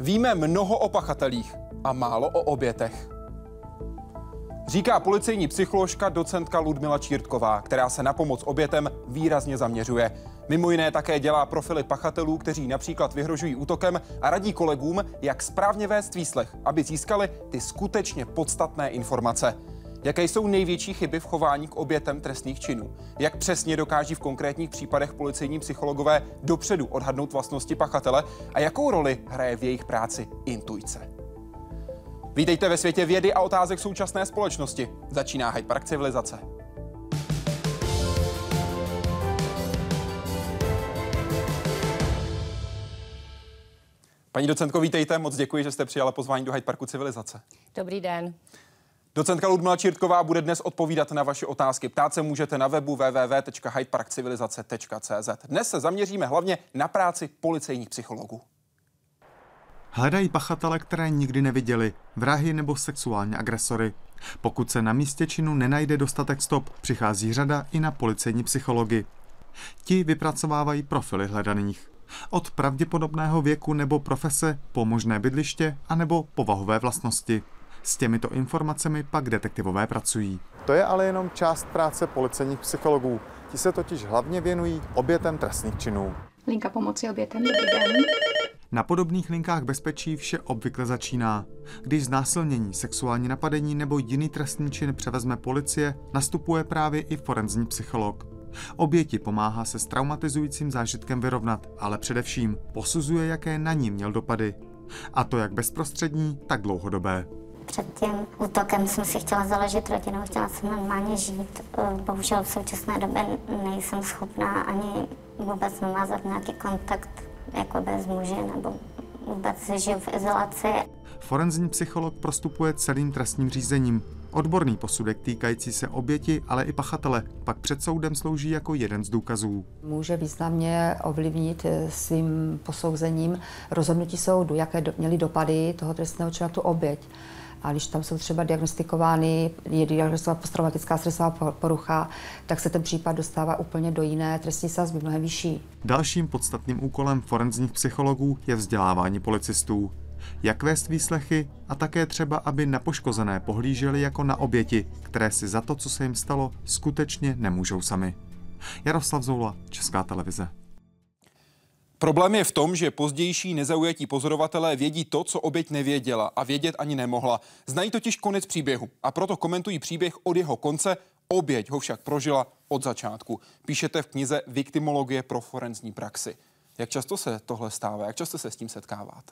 Víme mnoho o pachatelích a málo o obětech. Říká policejní psycholožka docentka Ludmila Čírtková, která se na pomoc obětem výrazně zaměřuje. Mimo jiné také dělá profily pachatelů, kteří například vyhrožují útokem, a radí kolegům, jak správně vést výslech, aby získali ty skutečně podstatné informace. Jaké jsou největší chyby v chování k obětem trestných činů? Jak přesně dokáží v konkrétních případech policejní psychologové dopředu odhadnout vlastnosti pachatele a jakou roli hraje v jejich práci intuice? Vítejte ve světě vědy a otázek současné společnosti. Začíná Hyde Park civilizace. Paní docentko, vítejte, moc děkuji, že jste přijala pozvání do Hyde Parku civilizace. Dobrý den. Docentka Ludmila Čírtková bude dnes odpovídat na vaše otázky. Ptát se můžete na webu www.hydeparkcivilizace.cz. Dnes se zaměříme hlavně na práci policejních psychologů. Hledají pachatele, které nikdy neviděli, vrahy nebo sexuální agresory. Pokud se na místě činu nenajde dostatek stop, přichází řada i na policejní psychology. Ti vypracovávají profily hledaných. Od pravděpodobného věku nebo profese po možné bydliště anebo povahové vlastnosti. S těmito informacemi pak detektivové pracují. To je ale jenom část práce policejních psychologů. Ti se totiž hlavně věnují obětem trestných činů. Linka pomoci obětem, dobrý den. Na podobných linkách bezpečí vše obvykle začíná. Když znásilnění, sexuální napadení nebo jiný trestný čin převezme policie, nastupuje právě i forenzní psycholog. Oběti pomáhá se s traumatizujícím zážitkem vyrovnat, ale především posuzuje, jaké na ní měl dopady. A to jak bezprostřední, tak dlouhodobé. Před tím útokem jsem si chtěla založit rodinu, chtěla jsem normálně žít. Bohužel v současné době nejsem schopná ani vůbec navázat nějaký kontakt jako bez muže, nebo vůbec žiju v izolaci. Forenzní psycholog prostupuje celým trestním řízením. Odborný posudek týkající se oběti, ale i pachatele pak před soudem slouží jako jeden z důkazů. Může významně ovlivnit svým posouzením rozhodnutí soudu, jaké měly dopady toho trestného činu na tu oběť. A když tam jsou třeba diagnostikovány, je diagnostikovaná posttraumatická stresová porucha, tak se ten případ dostává úplně do jiné trestní sazby, mnohem vyšší. Dalším podstatným úkolem forenzních psychologů je vzdělávání policistů. Jak vést výslechy a také třeba, aby na poškozené pohlíželi jako na oběti, které si za to, co se jim stalo, skutečně nemůžou sami. Jaroslav Zoula, Česká televize. Problém je v tom, že pozdější nezaujatí pozorovatelé vědí to, co oběť nevěděla a vědět ani nemohla. Znají totiž konec příběhu a proto komentují příběh od jeho konce, oběť ho však prožila od začátku. Píšete v knize Viktimologie pro forenzní praxi. Jak často se tohle stává? Jak často se s tím setkáváte?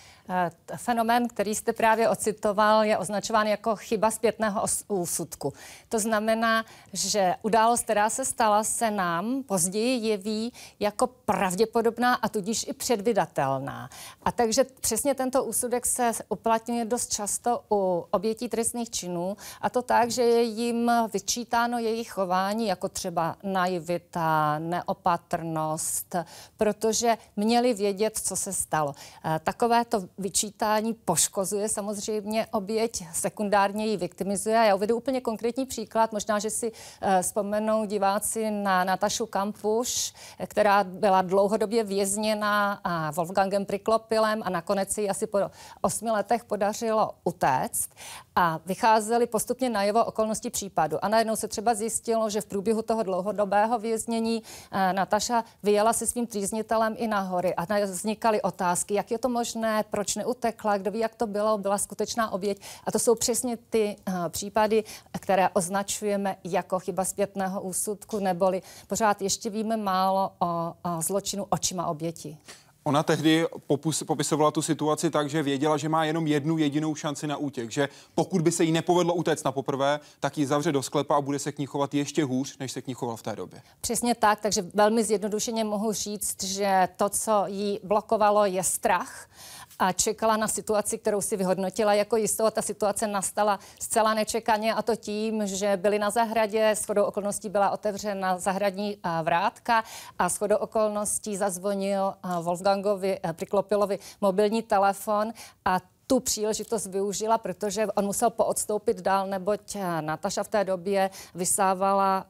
Fenomén, který jste právě ocitoval, je označován jako chyba zpětného úsudku. To znamená, že událost, která se stala, se nám později jeví jako pravděpodobná a tudíž i předvídatelná. A takže přesně tento úsudek se uplatňuje dost často u obětí trestných činů, a to tak, že je jim vyčítáno jejich chování, jako třeba naivita, neopatrnost, protože měli vědět, co se stalo. Takovéto vyčítání poškozuje samozřejmě oběť, sekundárně ji viktimizuje. Já uvedu úplně konkrétní příklad. Možná, že si vzpomenou diváci na Natašu Kampuš, která byla dlouhodobě vězněna Wolfgangem Priklopilem a nakonec si asi po 8 letech podařilo utéct a vycházely postupně najevo okolnosti případu. A najednou se třeba zjistilo, že v průběhu toho dlouhodobého věznění Nataša vyjela se svým trýznitelem i na hory a vznikaly otázky, jak je to možné, proč neutekla, kdo ví, jak to bylo, byla skutečná oběť. A to jsou přesně ty případy, které označujeme jako chyba zpětného úsudku, neboli pořád ještě víme málo o zločinu očima oběti. Ona tehdy popisovala tu situaci tak, že věděla, že má jenom jednu jedinou šanci na útěk, že pokud by se jí nepovedlo utéct na poprvé, tak ji zavře do sklepa a bude se k ní chovat ještě hůř, než se k ní choval v té době. Přesně tak, takže velmi zjednodušeně mohu říct, že to, co jí blokovalo, je strach. A čekala na situaci, kterou si vyhodnotila jako jistou. Ta situace nastala zcela nečekaně, a to tím, že byli na zahradě, shodou okolností byla otevřena zahradní vrátka a shodou okolností zazvonil Wolfgangovi Priklopilovi mobilní telefon a tu příležitost využila, protože on musel poodstoupit dál, neboť Nataša v té době vysávala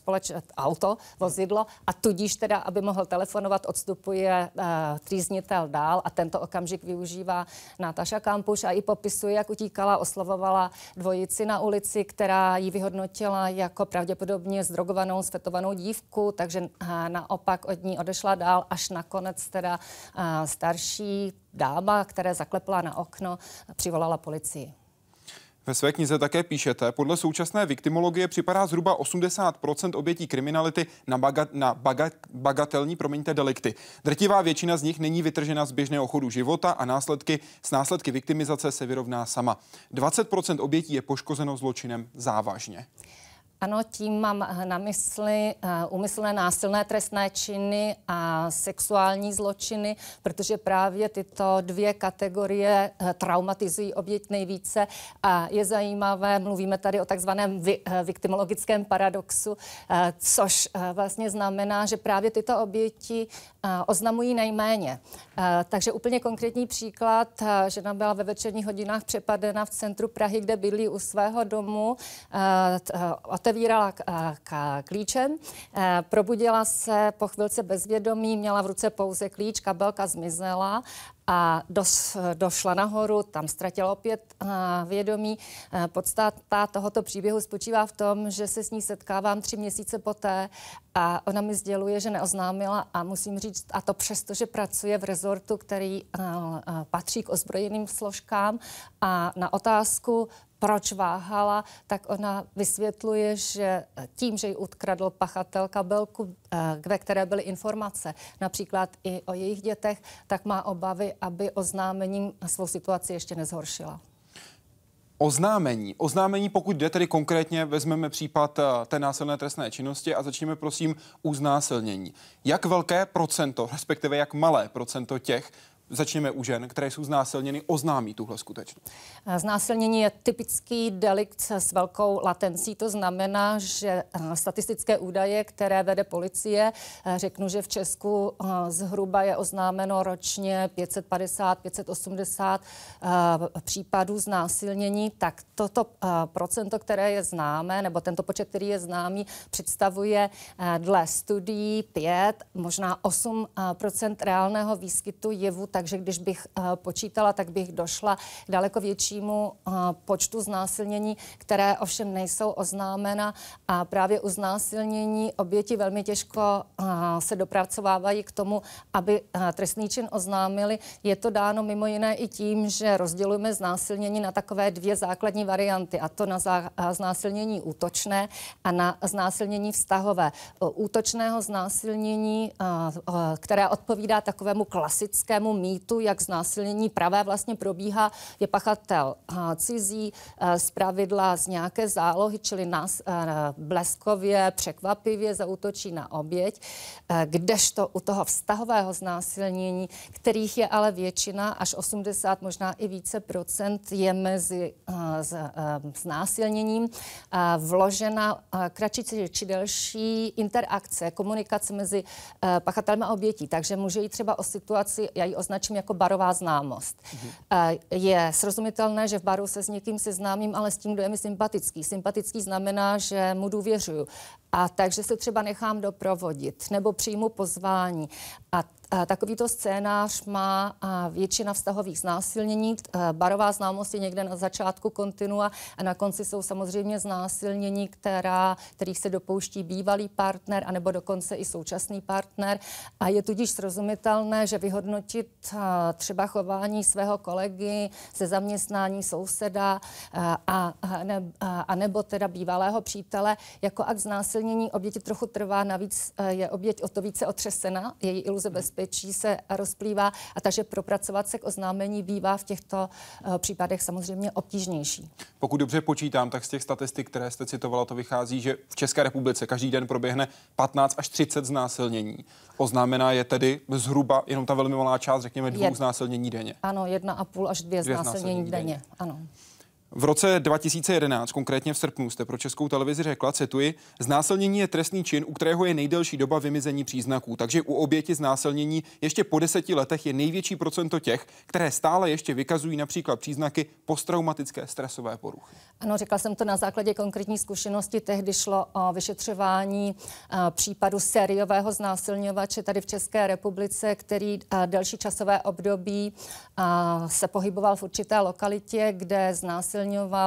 auto, vozidlo a tudíž teda, aby mohl telefonovat, odstupuje trýznitel dál a tento okamžik využívá Nataša Kampuš a i popisuje, jak utíkala, oslovovala dvojici na ulici, která ji vyhodnotila jako pravděpodobně zdrogovanou, sfetovanou dívku, takže naopak od ní odešla dál, až nakonec teda starší dáma, která zaklepla na okno, přivolala policii. Ve své knize také píšete, podle současné viktimologie připadá zhruba 80% obětí kriminality na bagatelní, delikty. Drtivá většina z nich není vytržena z běžného chodu života a s následky viktimizace se vyrovná sama. 20% obětí je poškozeno zločinem závažně. Ano, tím mám na mysli úmyslné násilné trestné činy a sexuální zločiny, protože právě tyto dvě kategorie traumatizují oběť nejvíce a je zajímavé, mluvíme tady o takzvaném viktimologickém paradoxu, což vlastně znamená, že právě tyto oběti oznamují nejméně. Takže úplně konkrétní příklad, žena byla ve večerních hodinách přepadena v centru Prahy, kde bydlí u svého domu, otevírala klíčem, probudila se po chvilce bezvědomí, měla v ruce pouze klíč, kabelka zmizela a došla nahoru, tam ztratila opět vědomí. Podstata tohoto příběhu spočívá v tom, že se s ní setkávám 3 měsíce poté a ona mi sděluje, že neoznámila a musím říct, a to přesto, že pracuje v rezortu, který patří k ozbrojeným složkám a na otázku, proč váhala, tak ona vysvětluje, že tím, že ji ukradl pachatel kabelku, ve které byly informace, například i o jejich dětech, tak má obavy, aby oznámením svou situaci ještě nezhoršila. Oznámení, pokud jde tedy konkrétně, vezmeme případ té násilné trestné činnosti a začneme prosím u znásilnění. Jak velké procento, respektive jak malé procento těch, začněme u žen, které jsou znásilněny, oznámí tuhle skutečnost? Znásilnění je typický delikt s velkou latencí, to znamená, že statistické údaje, které vede policie, řeknu, že v Česku zhruba je oznámeno ročně 550-580 případů znásilnění, tak toto procento, které je známé, nebo tento počet, který je známý, představuje dle studií 5, možná 8% reálného výskytu jevu, takže když bych počítala, tak bych došla k daleko většímu počtu znásilnění, které ovšem nejsou oznámena a právě u znásilnění oběti velmi těžko se dopracovávají k tomu, aby trestný čin oznámili. Je to dáno mimo jiné i tím, že rozdělujeme znásilnění na takové 2 základní varianty, a to na znásilnění útočné a na znásilnění vztahové. Útočného znásilnění, které odpovídá takovému klasickému mýtu, jak znásilnění pravé vlastně probíhá, je pachatel cizí, zpravidla z nějaké zálohy, čili bleskově, překvapivě zaútočí na oběť, kdežto u toho vztahového znásilnění, kterých je ale většina, až 80, možná i více procent, je mezi znásilněním vložena kratší či delší interakce, komunikace mezi pachatelem a obětí. Takže může jít třeba o situaci, já ji označím jako barová známost. Je srozumitelné, že v baru se s někým seznámím, ale s tím, kdo je mi sympatický. Sympatický znamená, že mu důvěřuju. A takže se třeba nechám doprovodit nebo přijmu pozvání. A takovýto scénář má většina vztahových znásilnění. Barová známost je někde na začátku kontinua a na konci jsou samozřejmě znásilnění, kterých se dopouští bývalý partner anebo dokonce i současný partner. A je tudíž srozumitelné, že vyhodnotit třeba chování svého kolegy ze zaměstnání souseda a nebo teda bývalého přítele jako akt znásilnění oběti trochu trvá. Navíc je oběť o to více otřesena, její iluze bezpečí se rozplývá a takže propracovat se k oznámení bývá v těchto případech samozřejmě obtížnější. Pokud dobře počítám, tak z těch statistik, které jste citovala, to vychází, že v České republice každý den proběhne 15 až 30 znásilnění. Oznámená je tedy zhruba jenom ta velmi malá část, řekněme 2 znásilnění denně. Ano, 1,5 až 2 znásilnění denně. Ano. V roce 2011, konkrétně v srpnu, jste pro Českou televizi řekla, cituji, znásilnění je trestný čin, u kterého je nejdelší doba vymizení příznaků, takže u oběti znásilnění ještě po 10 letech je největší procento těch, které stále ještě vykazují například příznaky posttraumatické stresové poruchy. Ano, řekla jsem to na základě konkrétní zkušenosti. Tehdy šlo o vyšetřování případu sériového znásilňovače tady v České republice, který delší časové období se pohyboval v určité lokalitě, kde znásilňoval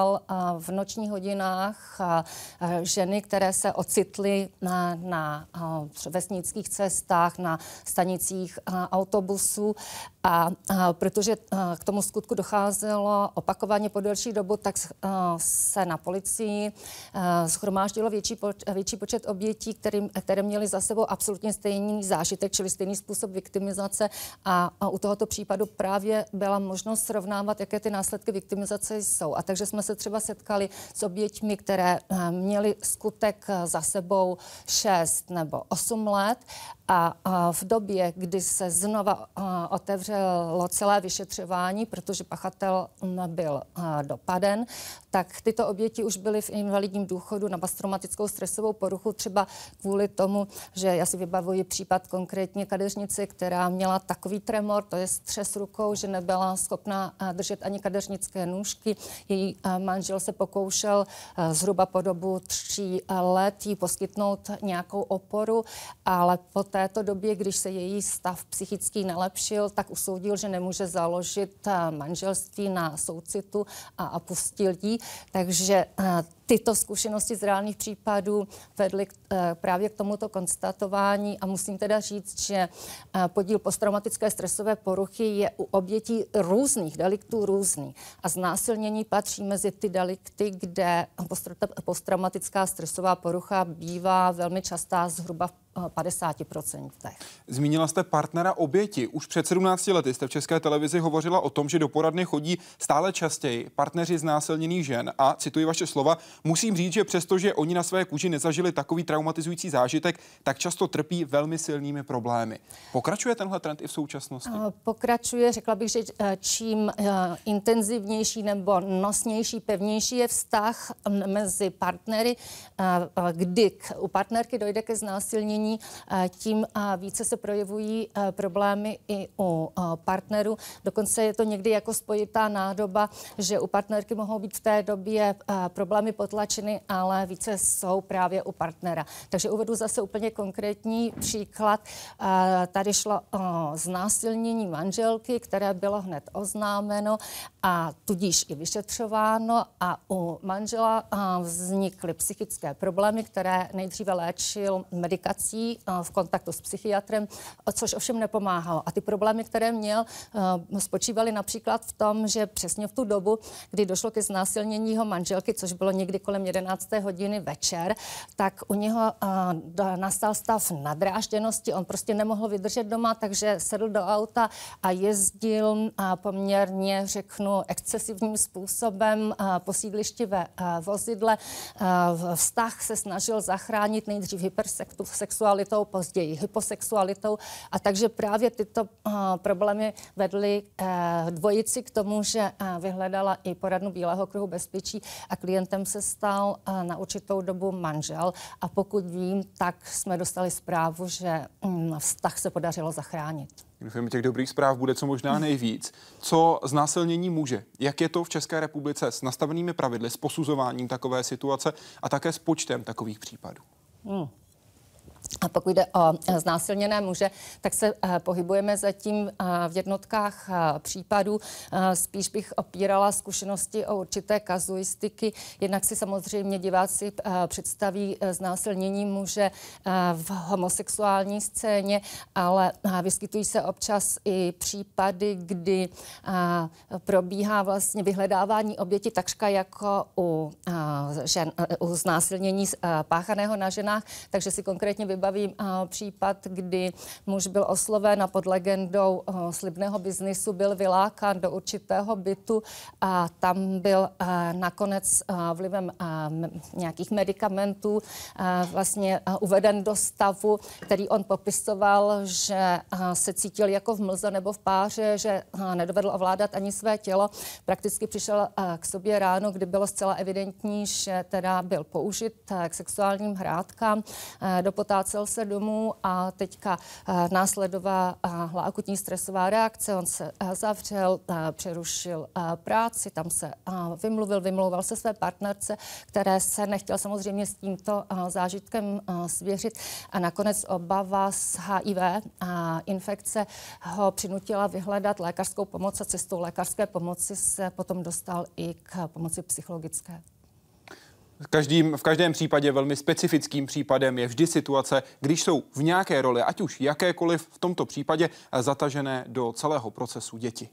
v nočních hodinách ženy, které se ocitly na vesnických cestách, na stanicích autobusů. A protože k tomu skutku docházelo opakovaně po delší dobu, tak se na policii shromáždilo větší počet obětí, které měly za sebou absolutně stejný zážitek, čili stejný způsob viktimizace. A u tohoto případu právě byla možnost srovnávat, jaké ty následky viktimizace jsou. A takže jsme se třeba setkali s oběťmi, které měly skutek za sebou 6 nebo 8 let. A v době, kdy se znova otevřelo celé vyšetřování, protože pachatel byl dopaden, tak tyto oběti už byly v invalidním důchodu na posttraumatickou stresovou poruchu, třeba kvůli tomu, že já si vybavuji případ konkrétně kadeřnice, která měla takový tremor, to je střes rukou, že nebyla schopná držet ani kadeřnické nůžky. Její manžel se pokoušel zhruba po dobu 3 let jí poskytnout nějakou oporu, ale po této době, když se její stav psychický nelepšil, tak usoudil, že nemůže založit manželství na soucitu a pustil jí. Takže tyto zkušenosti z reálných případů vedly právě k tomuto konstatování a musím teda říct, že podíl posttraumatické stresové poruchy je u obětí různých deliktů různý. A znásilnění patří mezi ty delikty, kde posttraumatická stresová porucha bývá velmi častá, zhruba v 50%. Zmínila jste partnera oběti. Už před 17 lety jste v České televizi hovořila o tom, že do poradny chodí stále častěji partneři znásilněných žen a, cituji vaše slova, musím říct, že přestože oni na své kůži nezažili takový traumatizující zážitek, tak často trpí velmi silnými problémy. Pokračuje tenhle trend i v současnosti? Pokračuje, řekla bych, že čím intenzivnější nebo nosnější, pevnější je vztah mezi partnery, kdy u partnerky dojde ke znásilnění, tím více se projevují problémy i u partnerů. Dokonce je to někdy jako spojitá nádoba, že u partnerky mohou být v té době problémy potlačeny, ale více jsou právě u partnera. Takže uvedu zase úplně konkrétní příklad. Tady šlo o znásilnění manželky, které bylo hned oznámeno a tudíž i vyšetřováno a u manžela vznikly psychické problémy, které nejdříve léčil medikací v kontaktu s psychiatrem, což ovšem nepomáhalo. A ty problémy, které měl, spočívaly například v tom, že přesně v tu dobu, kdy došlo ke znásilnění jeho manželky, což bylo někdy kolem 11. hodiny večer, tak u něho nastal stav nadrážděnosti. On prostě nemohl vydržet doma, takže sedl do auta a jezdil poměrně, řeknu, excesivním způsobem po sídlišti ve vozidle. Vztah se snažil zachránit nejdřív hypersexualitou, později hyposexualitou a takže právě tyto problémy vedly dvojici k tomu, že vyhledala i poradnu Bílého kruhu bezpečí a klientem se stal na určitou dobu manžel a pokud vím, tak jsme dostali zprávu, že vztah se podařilo zachránit. Doufám, těch dobrých zpráv bude co možná nejvíc. Co znásilnění může? Jak je to v České republice s nastavenými pravidly, s posuzováním takové situace a také s počtem takových případů? A pokud jde o znásilněné muže, tak se pohybujeme zatím v jednotkách případů. Spíš bych opírala zkušenosti o určité kazuistiky. Jednak si samozřejmě diváci představí znásilnění muže v homosexuální scéně, ale vyskytují se občas i případy, kdy probíhá vlastně vyhledávání oběti takřka jako u znásilnění páchaného na ženách, takže si konkrétně vybavím zajímavý případ, kdy muž byl osloven a pod legendou slibného biznisu byl vylákán do určitého bytu a tam byl nakonec vlivem nějakých medikamentů vlastně uveden do stavu, který on popisoval, že se cítil jako v mlze nebo v páře, že nedovedl ovládat ani své tělo. Prakticky přišel k sobě ráno, kdy bylo zcela evidentní, že teda byl použit k sexuálním hrádkám, dopotácel se domů a teďka následovala akutní stresová reakce, on se zavřel, přerušil práci, tam se vymlouval se své partnerce, které se nechtěl samozřejmě s tímto zážitkem svěřit a nakonec obava z HIV a infekce ho přinutila vyhledat lékařskou pomoc a cestou lékařské pomoci se potom dostal i k pomoci psychologické. V každém případě velmi specifickým případem je vždy situace, když jsou v nějaké roli, ať už jakékoliv, v tomto případě zatažené do celého procesu děti.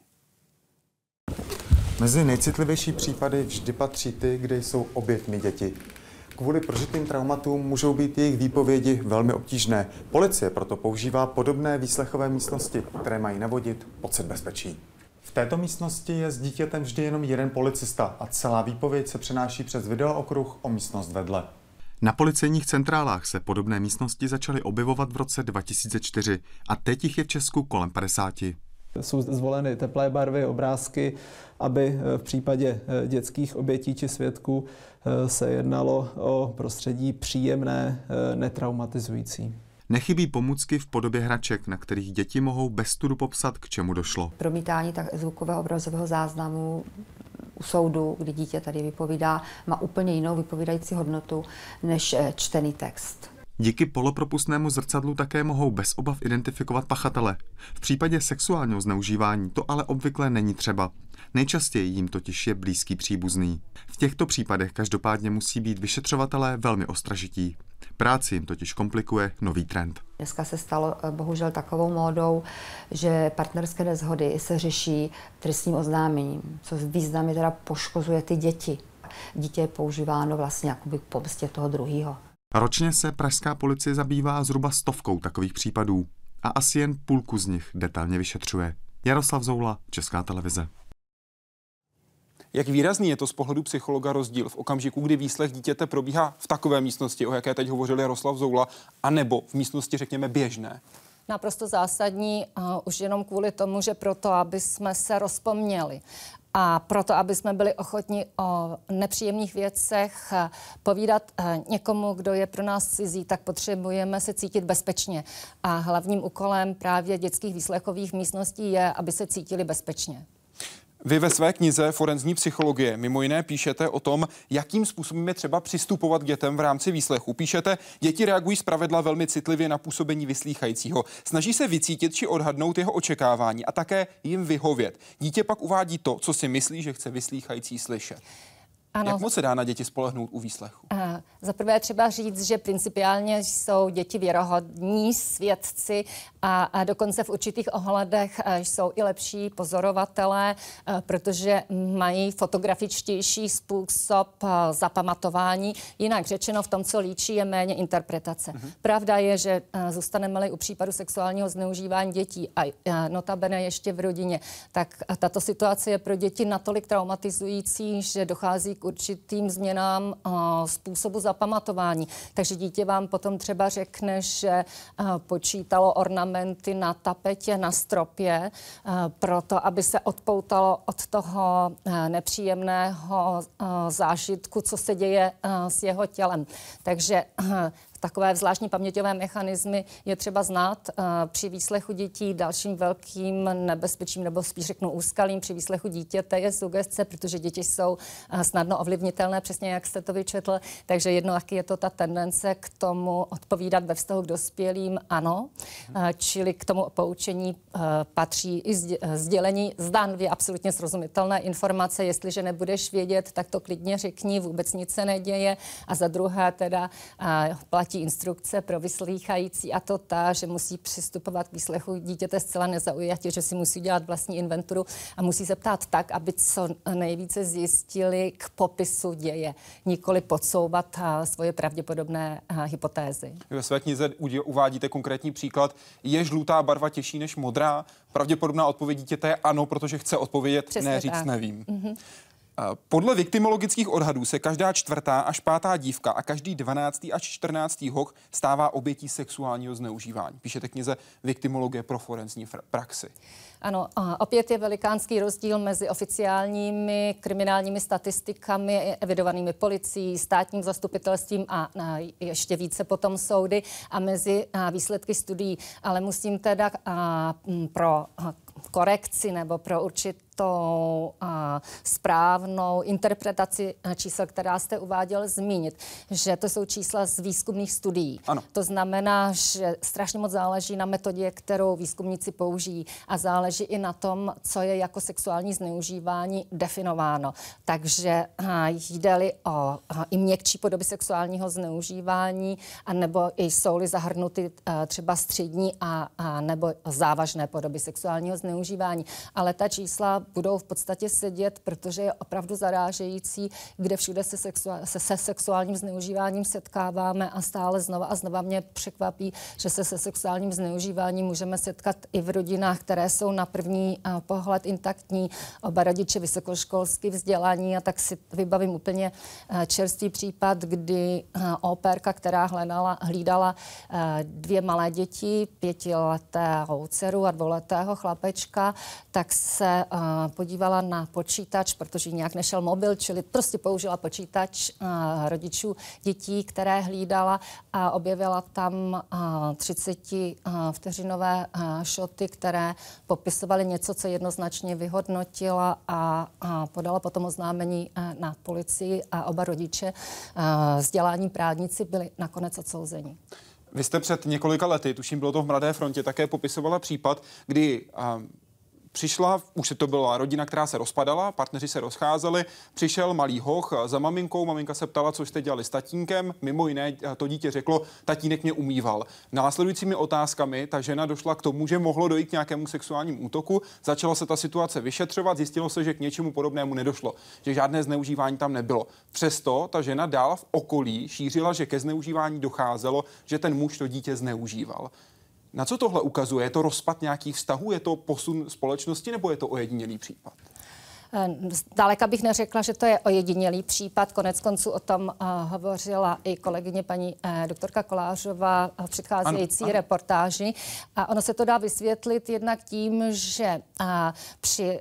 Mezi nejcitlivější případy vždy patří ty, kde jsou oběťmi děti. Kvůli prožitým traumatům můžou být jejich výpovědi velmi obtížné. Policie proto používá podobné výslechové místnosti, které mají navodit pocit bezpečí. V této místnosti je s dítětem vždy jenom jeden policista a celá výpověď se přenáší přes videookruh o místnost vedle. Na policejních centrálách se podobné místnosti začaly objevovat v roce 2004 a teď jich je v Česku kolem 50. Jsou zvoleny teplé barvy, obrázky, aby v případě dětských obětí či svědků se jednalo o prostředí příjemné, netraumatizující. Nechybí pomůcky v podobě hraček, na kterých děti mohou bez studu popsat, k čemu došlo. Promítání tak zvukového obrazového záznamu u soudu, kdy dítě tady vypovídá, má úplně jinou vypovídající hodnotu než čtený text. Díky polopropustnému zrcadlu také mohou bez obav identifikovat pachatele. V případě sexuálního zneužívání to ale obvykle není třeba. Nejčastěji jim totiž je blízký příbuzný. V těchto případech každopádně musí být vyšetřovatelé velmi ostražití. Práci jim totiž komplikuje nový trend. Dneska se stalo bohužel takovou módou, že partnerské neshody se řeší trestním oznámením, což významně teda poškozuje ty děti. Dítě je používáno vlastně jakoby k pomstě toho druhého. Ročně se pražská policie zabývá zhruba 100 takových případů a asi jen půlku z nich detailně vyšetřuje. Jaroslav Zoula, Česká televize. Jak výrazný je to z pohledu psychologa rozdíl v okamžiku, kdy výslech dítěte probíhá v takové místnosti, o jaké teď hovořil Jaroslav Zoula, anebo v místnosti, řekněme, běžné? Naprosto zásadní, už jenom kvůli tomu, že proto, aby jsme se rozpomněli a proto, aby jsme byli ochotni o nepříjemných věcech povídat někomu, kdo je pro nás cizí, tak potřebujeme se cítit bezpečně. A hlavním úkolem právě dětských výslechových místností je, aby se cítili bezpečně. Vy ve své knize Forenzní psychologie mimo jiné píšete o tom, jakým způsobem je třeba přistupovat k dětem v rámci výslechu. Píšete, děti reagují zpravidla velmi citlivě na působení vyslýchajícího. Snaží se vycítit či odhadnout jeho očekávání a také jim vyhovět. Dítě pak uvádí to, co si myslí, že chce vyslýchající slyšet. Ano. Jak moc se dá na děti spolehnout u výslechu? Za prvé třeba říct, že principiálně jsou děti věrohodní svědci a dokonce v určitých ohledech jsou i lepší pozorovatelé, protože mají fotografičtější způsob zapamatování. Jinak řečeno, v tom, co líčí, je méně interpretace. Pravda je, že zůstaneme-li u případu sexuálního zneužívání dětí a notabene ještě v rodině, tak tato situace je pro děti natolik traumatizující, že dochází k určitým změnám způsobu zapamatování. Takže dítě vám potom třeba řekne, že počítalo ornamenty na tapetě, na stropě, proto, aby se odpoutalo od toho nepříjemného zážitku, co se děje s jeho tělem. Takže takové zvláštní paměťové mechanismy je třeba znát při výslechu dětí. Dalším velkým nebezpečím, nebo spíš řeknu úskalím při výslechu dítěte je sugestce, protože děti jsou snadno ovlivnitelné, přesně jak jste to vyčetl. Takže jednoduché je to ta tendence k tomu odpovídat ve vztahu k dospělým ano. Čili k tomu poučení patří i sdělení zdánlivě absolutně srozumitelné informace. Jestliže nebudeš vědět, tak to klidně řekni, vůbec nic se neděje. A za druhé teda platí platí instrukce pro vyslýchající, a to ta, že musí přistupovat k výslechu dítěte zcela nezaujatě, že si musí dělat vlastní inventuru a musí se ptát tak, aby co nejvíce zjistili k popisu děje, nikoli podsouvat svoje pravděpodobné hypotézy. Ve své knize uvádíte konkrétní příklad. Je žlutá barva těžší než modrá? Pravděpodobná odpověď dítěte je ano, protože chce odpovědět, přesně ne říct tak. nevím. Podle viktimologických odhadů se každá 4. až 5. dívka a každý 12. až 14. hoch stává obětí sexuálního zneužívání. Píšete knize Viktimologie pro forenzní praxi. Ano, opět je velikánský rozdíl mezi oficiálními kriminálními statistikami evidovanými policií, státním zastupitelstvím a ještě více potom soudy a mezi výsledky studií. Ale musím teda pro korekci nebo pro určitou správnou interpretaci čísel, která jste uváděl, zmínit, že to jsou čísla z výzkumných studií. Ano. To znamená, že strašně moc záleží na metodě, kterou výzkumníci použijí a záleží i na tom, co je jako sexuální zneužívání definováno. Takže jde-li o i měkčí podoby sexuálního zneužívání, anebo jsou-li zahrnuty třeba střední a nebo závažné podoby sexuálního zneužívání. Ale ta čísla budou v podstatě sedět, protože je opravdu zarážející, kde všude se sexuálním zneužíváním setkáváme a stále znova a znova mě překvapí, že se sexuálním zneužíváním můžeme setkat i v rodinách, které jsou na první pohled intaktní, oba rodiče vysokoškolsky vzdělaní, a tak si vybavím úplně čerstvý případ, kdy opérka, která hlídala 2 malé děti, 5letého dceru a 2letého chlapečka, tak se podívala na počítač, protože jí nějak nešel mobil, čili prostě použila počítač rodičů dětí, které hlídala, a objevila tam 30-vteřinové šoty, které popisovaly něco, co jednoznačně vyhodnotila a podala potom oznámení na policii a oba rodiče vzdělání právníci byli nakonec odsouzeni. Vy jste před několika lety, tuším bylo to v Mladé frontě, také popisovala případ, kdy přišla, už to byla rodina, která se rozpadala, partneři se rozcházeli, přišel malý hoch za maminkou, maminka se ptala, co jste dělali s tatínkem, mimo jiné to dítě řeklo, tatínek mě umýval. Následujícími otázkami ta žena došla k tomu, že mohlo dojít k nějakému sexuálnímu útoku, začala se ta situace vyšetřovat, zjistilo se, že k něčemu podobnému nedošlo, že žádné zneužívání tam nebylo. Přesto ta žena dál v okolí šířila, že ke zneužívání docházelo, že ten muž to dítě zneužíval. Na co tohle ukazuje? Je to rozpad nějakých vztahů? Je to posun společnosti nebo je to ojedinělý případ? Zdaleka bych neřekla, že to je ojedinělý případ. Konec konců o tom hovořila i kolegyně paní doktorka Kolářová v předcházející reportáži. A ono se to dá vysvětlit jednak tím, že při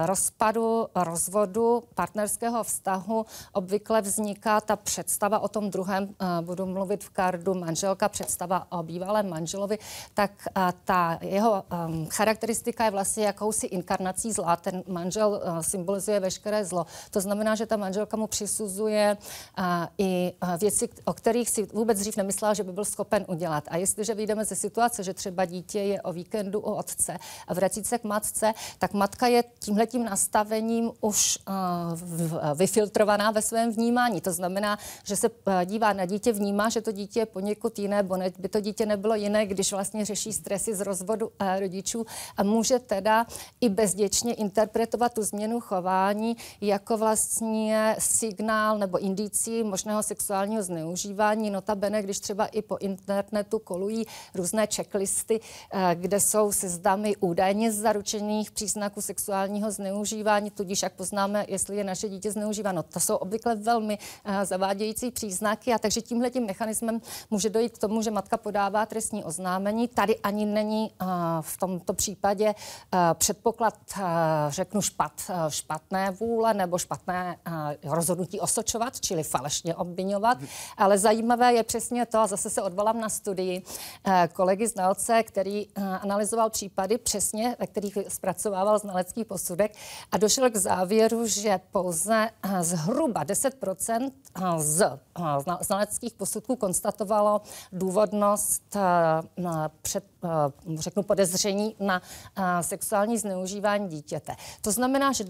rozvodu partnerského vztahu obvykle vzniká ta představa o tom druhém, budu mluvit v kardu manželka, představa o bývalém manželovi, tak ta jeho charakteristika je vlastně jakousi inkarnací zla. Ten manžel symbolizuje veškeré zlo. To znamená, že ta manželka mu přisuzuje i věci, o kterých si vůbec dřív nemyslela, že by byl schopen udělat. A jestliže vyjdeme ze situace, že třeba dítě je o víkendu u otce a vrací se k matce, tak matka je tímhletím nastavením už vyfiltrovaná ve svém vnímání. To znamená, že se dívá na dítě, vnímá, že to dítě je poněkud jiné, bo by to dítě nebylo jiné, když vlastně řeší stresy z rozvodu rodičů, a může teda i bezděčně interpretovat tu změnu chování jako vlastně signál nebo indicí možného sexuálního zneužívání. Notabene, když třeba i po internetu kolují různé checklisty, kde jsou seznamy údajně zaručených příznaků sexuálního zneužívání, tudíž jak poznáme, jestli je naše dítě zneužíváno. To jsou obvykle velmi zavádějící příznaky, a takže tímhletím mechanismem může dojít k tomu, že matka podává trestní oznámení. Tady ani není v tomto případě předpoklad, řeknu, špatné vůle nebo špatné rozhodnutí osočovat, čili falešně obviňovat. Ale zajímavé je přesně to, a zase se odvolám na studii kolegy znalce, který analyzoval případy přesně, ve kterých zpracovával znalecký posudek, a došel k závěru, že pouze zhruba 10% z znaleckých posudků konstatovalo důvodnost řeknu, podezření na sexuální zneužívání dítěte. To znamená, že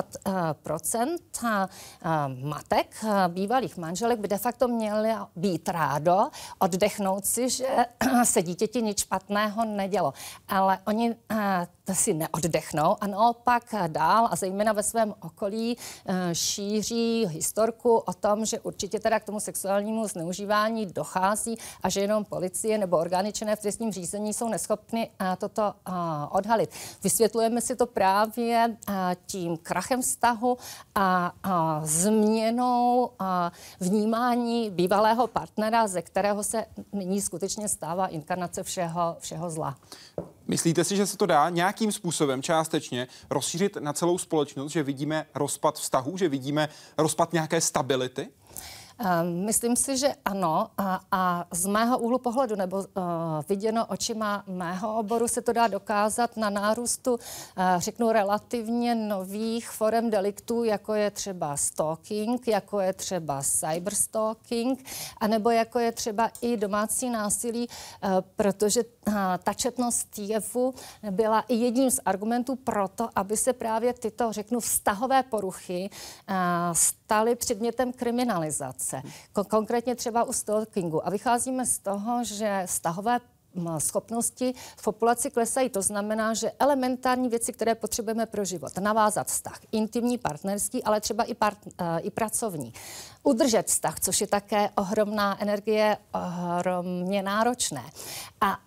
90% matek, bývalých manželek by de facto měly být rádo, oddechnout si, že se dítěti nic špatného nedělo. Ale oni si neoddechnou a naopak dál a zejména ve svém okolí šíří historku o tom, že určitě teda k tomu sexuálnímu zneužívání dochází a že jenom policie nebo orgány činné v trestním řízení jsou neschopny toto odhalit. Vysvětlujeme si to právě tím krachem vztahu a změnou vnímání bývalého partnera, ze kterého se nyní skutečně stává inkarnace všeho zla. Myslíte si, že se to dá nějakým způsobem částečně rozšířit na celou společnost, že vidíme rozpad vztahů, že vidíme rozpad nějaké stability? Myslím si, že ano a z mého úhlu pohledu nebo viděno očima mého oboru se to dá dokázat na nárůstu, řeknu, relativně nových forem deliktů, jako je třeba stalking, jako je třeba cyberstalking, anebo jako je třeba i domácí násilí, protože ta četnost jevu byla i jedním z argumentů pro to, aby se právě tyto, řeknu, vztahové poruchy staly předmětem kriminalizace. Konkrétně třeba u stalkingu. A vycházíme z toho, že vztahové schopnosti v populaci klesají. To znamená, že elementární věci, které potřebujeme pro život, navázat vztah, intimní, partnerský, ale třeba i pracovní. Udržet vztah, což je také ohromná energie, ohromně náročné. A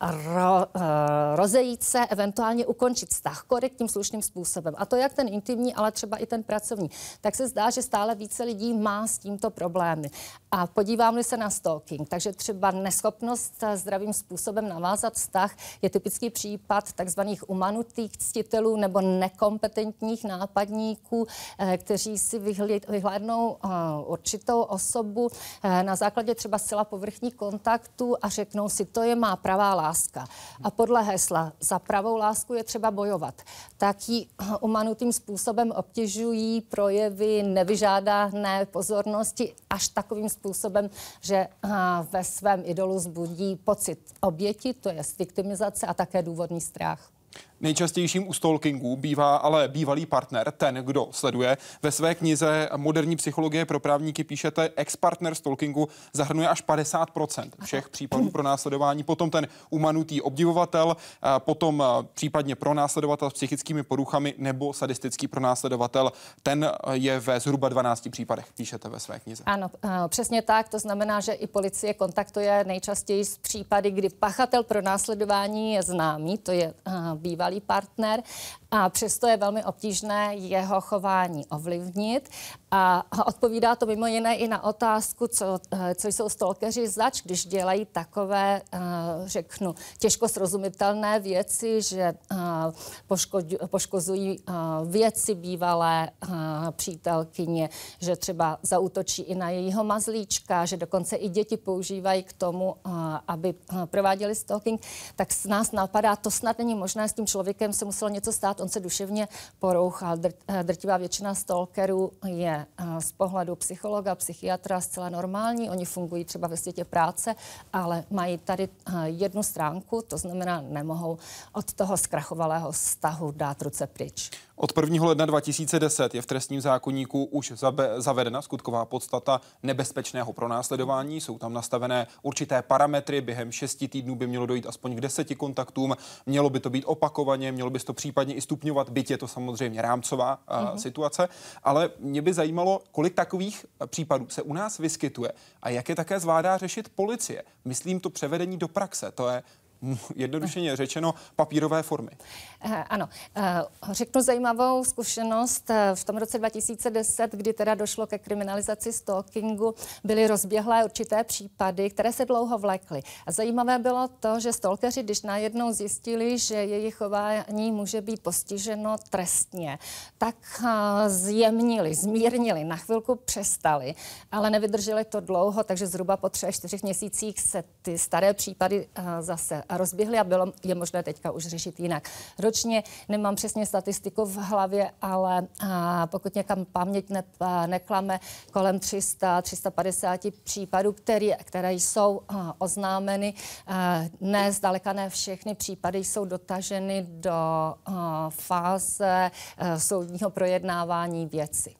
rozejít se, eventuálně ukončit vztah korektním, slušným způsobem. A to jak ten intimní, ale třeba i ten pracovní. Tak se zdá, že stále více lidí má s tímto problémy. A podívám-li se na stalking, takže třeba neschopnost zdravým způsobem navázat vztah je typický případ takzvaných umanutých ctitelů nebo nekompetentních nápadníků, kteří si vyhlédnou určitou osobu na základě třeba zcela povrchních kontaktů a řeknou si, to je má pravá láska. A podle hesla za pravou lásku je třeba bojovat. Tak ji umanutým způsobem obtěžují projevy nevyžádané pozornosti až takovým způsobem, že ve svém idolu zbudí pocit oběti, to je viktimizace a také důvodný strach. Nejčastějším u stalkingu bývá ale bývalý partner, ten, kdo sleduje. Ve své knize Moderní psychologie pro právníky píšete, ex-partner stalkingu zahrnuje až 50% všech případů pronásledování. Potom ten umanutý obdivovatel, potom případně pronásledovatel s psychickými poruchami nebo sadistický pronásledovatel. Ten je ve zhruba 12 případech, píšete ve své knize. Ano, přesně tak. To znamená, že i policie kontaktuje nejčastěji s případy, kdy pachatel pronásledování je známý, to je bývalý partner, a přesto je velmi obtížné jeho chování ovlivnit. A odpovídá to mimo jiné i na otázku, co jsou stalkeři zač, když dělají takové, řeknu, těžko srozumitelné věci, že poškozují věci bývalé přítelkyně, že třeba zaútočí i na jejího mazlíčka, že dokonce i děti používají k tomu, aby prováděli stalking, tak s nás napadá, to snad není možné, s tím člověkem se muselo něco stát, on se duševně porouchal. Drtivá většina stalkerů je z pohledu psychologa, psychiatra zcela normální. Oni fungují třeba ve světě práce, ale mají tady jednu stránku, to znamená, nemohou od toho zkrachovalého vztahu dát ruce pryč. Od 1. ledna 2010 je v trestním zákoníku už zavedena skutková podstata nebezpečného pronásledování. Jsou tam nastavené určité parametry. Během 6 týdnů by mělo dojít aspoň k 10 kontaktům. Mělo by to být opakovaně, mělo by to případně i stupňovat, byť je to samozřejmě rámcová situace. Ale mě by zajímalo, kolik takových případů se u nás vyskytuje a jak je také zvládá řešit policie. Myslím to převedení do praxe. To je jednodušeně řečeno papírové formy. Ano. Řeknu zajímavou zkušenost. V tom roce 2010, kdy teda došlo ke kriminalizaci stalkingu, byly rozběhlé určité případy, které se dlouho vlekly. A zajímavé bylo to, že stalkeři, když najednou zjistili, že jejich chování může být postiženo trestně, tak zjemnili, zmírnili, na chvilku přestali, ale nevydrželi to dlouho, takže zhruba po 3-4 měsících se ty staré případy zase rozběhly a je možné teďka už řešit jinak. Ročně nemám přesně statistiku v hlavě, ale pokud někam paměť neklame, kolem 300-350 případů, které jsou oznámeny. Ne, zdaleka ne všechny případy jsou dotaženy do fáze soudního projednávání věci.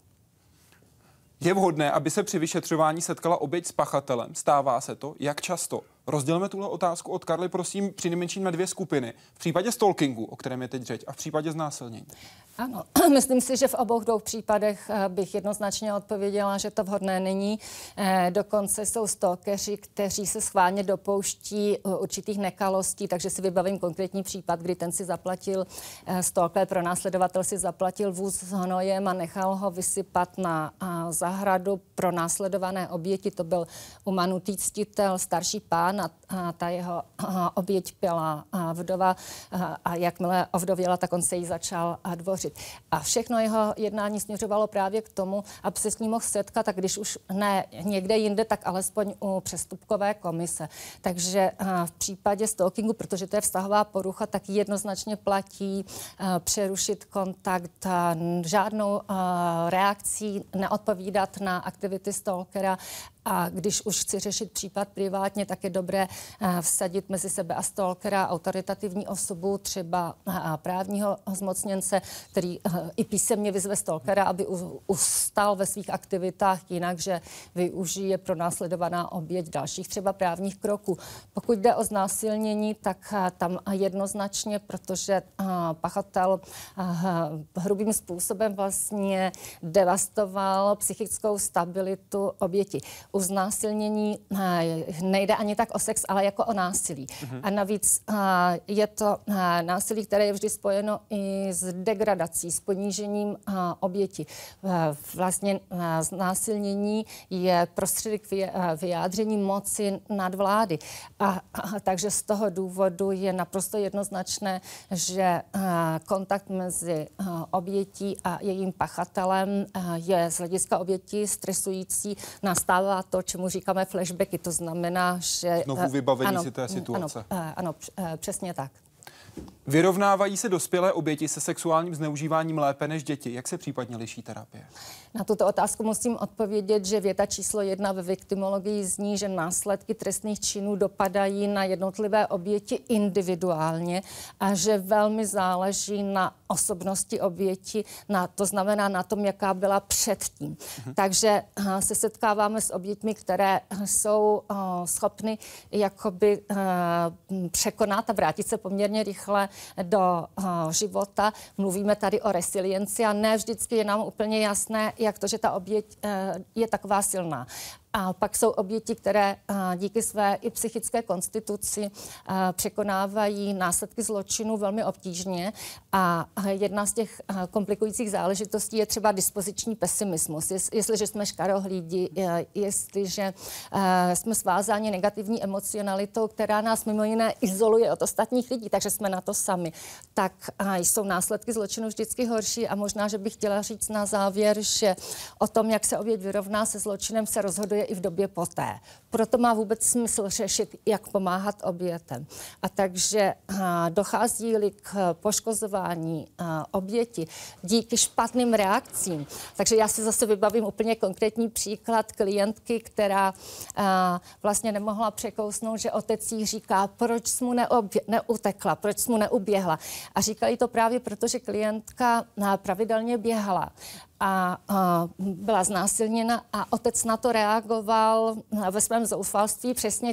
Je vhodné, aby se při vyšetřování setkala oběť s pachatelem? Stává se to? Jak často? Rozdělme tuhle otázku od Karly, prosím, přinejmenším na dvě skupiny. V případě stalkingu, o kterém je teď řeč, a v případě znásilnění. Ano, myslím si, že v obou dvou případech bych jednoznačně odpověděla, že to vhodné není. Dokonce jsou stalkeři, kteří se schválně dopouští určitých nekalostí, takže si vybavím konkrétní případ, kdy ten si zaplatil, stalker, pronásledovatel si zaplatil vůz s hnojem a nechal ho vysypat na zahradu pro následované oběti. To byl umanutý ctitel, starší pán a ta jeho oběť byla vdova a jakmile ovdověla, tak on se jí začal dvořit. A všechno jeho jednání směřovalo právě k tomu, aby se s ním mohl setkat, tak když už ne někde jinde, tak alespoň u přestupkové komise. Takže v případě stalkingu, protože to je vztahová porucha, tak jednoznačně platí přerušit kontakt, žádnou reakcí neodpovídat na aktivity stalkera. A když už chci řešit případ privátně, tak je dobré vsadit mezi sebe a stalkera autoritativní osobu, třeba právního zmocněnce, který i písemně vyzve stalkera, aby ustal ve svých aktivitách jinak, že využije pro následovaná oběť dalších třeba právních kroků. Pokud jde o znásilnění, tak tam jednoznačně, protože pachatel hrubým způsobem vlastně devastoval psychickou stabilitu oběti. U znásilnění nejde ani tak o sex, ale jako o násilí. A navíc je to násilí, které je vždy spojeno i s degradací, s ponížením oběti. Vlastně znásilnění je prostředek vyjádření moci nadvlády. Takže z toho důvodu je naprosto jednoznačné, že kontakt mezi obětí a jejím pachatelem je z hlediska oběti stresující. Nastává to, čemu říkáme flashbacky, to znamená, že... Znovu vybavení si té situace. Ano, přesně tak. Vyrovnávají se dospělé oběti se sexuálním zneužíváním lépe než děti? Jak se případně liší terapie? Na tuto otázku musím odpovědět, že věta číslo 1 ve viktimologii zní, že následky trestných činů dopadají na jednotlivé oběti individuálně a že velmi záleží na osobnosti oběti, to znamená na tom, jaká byla předtím. Takže se setkáváme s oběťmi, které jsou schopny jakoby překonat a vrátit se poměrně rychle do života. Mluvíme tady o resilienci a ne vždycky je nám úplně jasné, jak to, že ta oběť je taková silná. A pak jsou oběti, které díky své i psychické konstituci překonávají následky zločinu velmi obtížně. A jedna z těch komplikujících záležitostí je třeba dispoziční pesimismus. Jestliže jsme škarohlídi, jestliže jsme svázáni negativní emocionalitou, která nás mimo jiné izoluje od ostatních lidí, takže jsme na to sami, tak jsou následky zločinu vždycky horší. A možná, že bych chtěla říct na závěr, že o tom, jak se oběť vyrovná se zločinem, se rozhoduje i v době poté. Proto má vůbec smysl řešit, jak pomáhat obětem. A takže dochází-li k poškozování oběti díky špatným reakcím. Takže já si zase vybavím úplně konkrétní příklad klientky, která vlastně nemohla překousnout, že otec jí říká, proč jsi mu neutekla, proč jsi mu neuběhla. A říkali to právě proto, že klientka pravidelně běhala a byla znásilněna a otec na to reagoval ve svém zoufalství přesně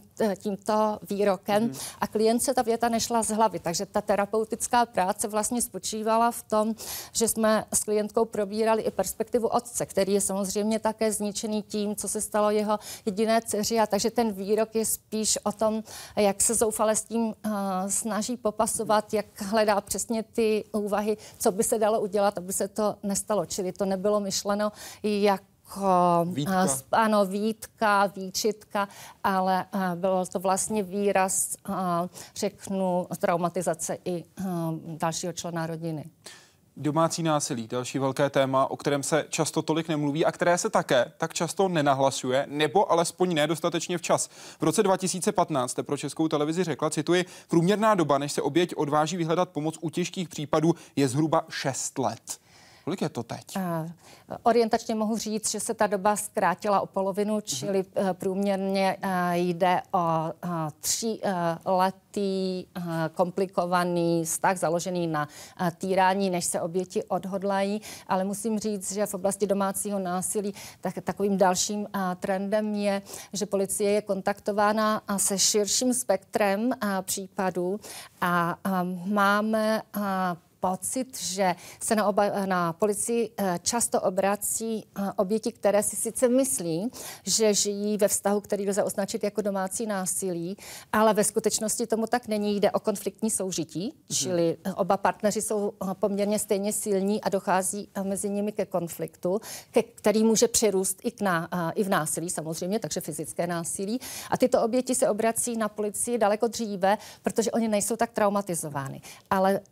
tímto výrokem a klientce ta věta nešla z hlavy. Takže ta terapeutická práce vlastně spočívala v tom, že jsme s klientkou probírali i perspektivu otce, který je samozřejmě také zničený tím, co se stalo jeho jediné dceři. A takže ten výrok je spíš o tom, jak se zoufale s tím snaží popasovat, jak hledá přesně ty úvahy, co by se dalo udělat, aby se to nestalo. Čili to nebylo myšleno jak výtka, výčitka, ale bylo to vlastně výraz, řeknu, traumatizace i dalšího člena rodiny. Domácí násilí, další velké téma, o kterém se často tolik nemluví a které se také tak často nenahlasuje, nebo alespoň nedostatečně včas. V roce 2015 jste pro Českou televizi řekla, cituji, průměrná doba, než se oběť odváží vyhledat pomoc u těžkých případů, je zhruba 6 let. Kolik je to teď? Orientačně mohu říct, že se ta doba zkrátila o polovinu, čili průměrně jde o 3letý komplikovaný vztah založený na týrání, než se oběti odhodlají. Ale musím říct, že v oblasti domácího násilí takovým dalším trendem je, že policie je kontaktována se širším spektrem případů a máme pocit, že se na policii často obrací oběti, které si sice myslí, že žijí ve vztahu, který lze označit jako domácí násilí, ale ve skutečnosti tomu tak není. Jde o konfliktní soužití, čili oba partneři jsou poměrně stejně silní a dochází mezi nimi ke konfliktu, který může přerůst i v násilí samozřejmě, takže fyzické násilí. A tyto oběti se obrací na policii daleko dříve, protože oni nejsou tak traumatizovány. Ale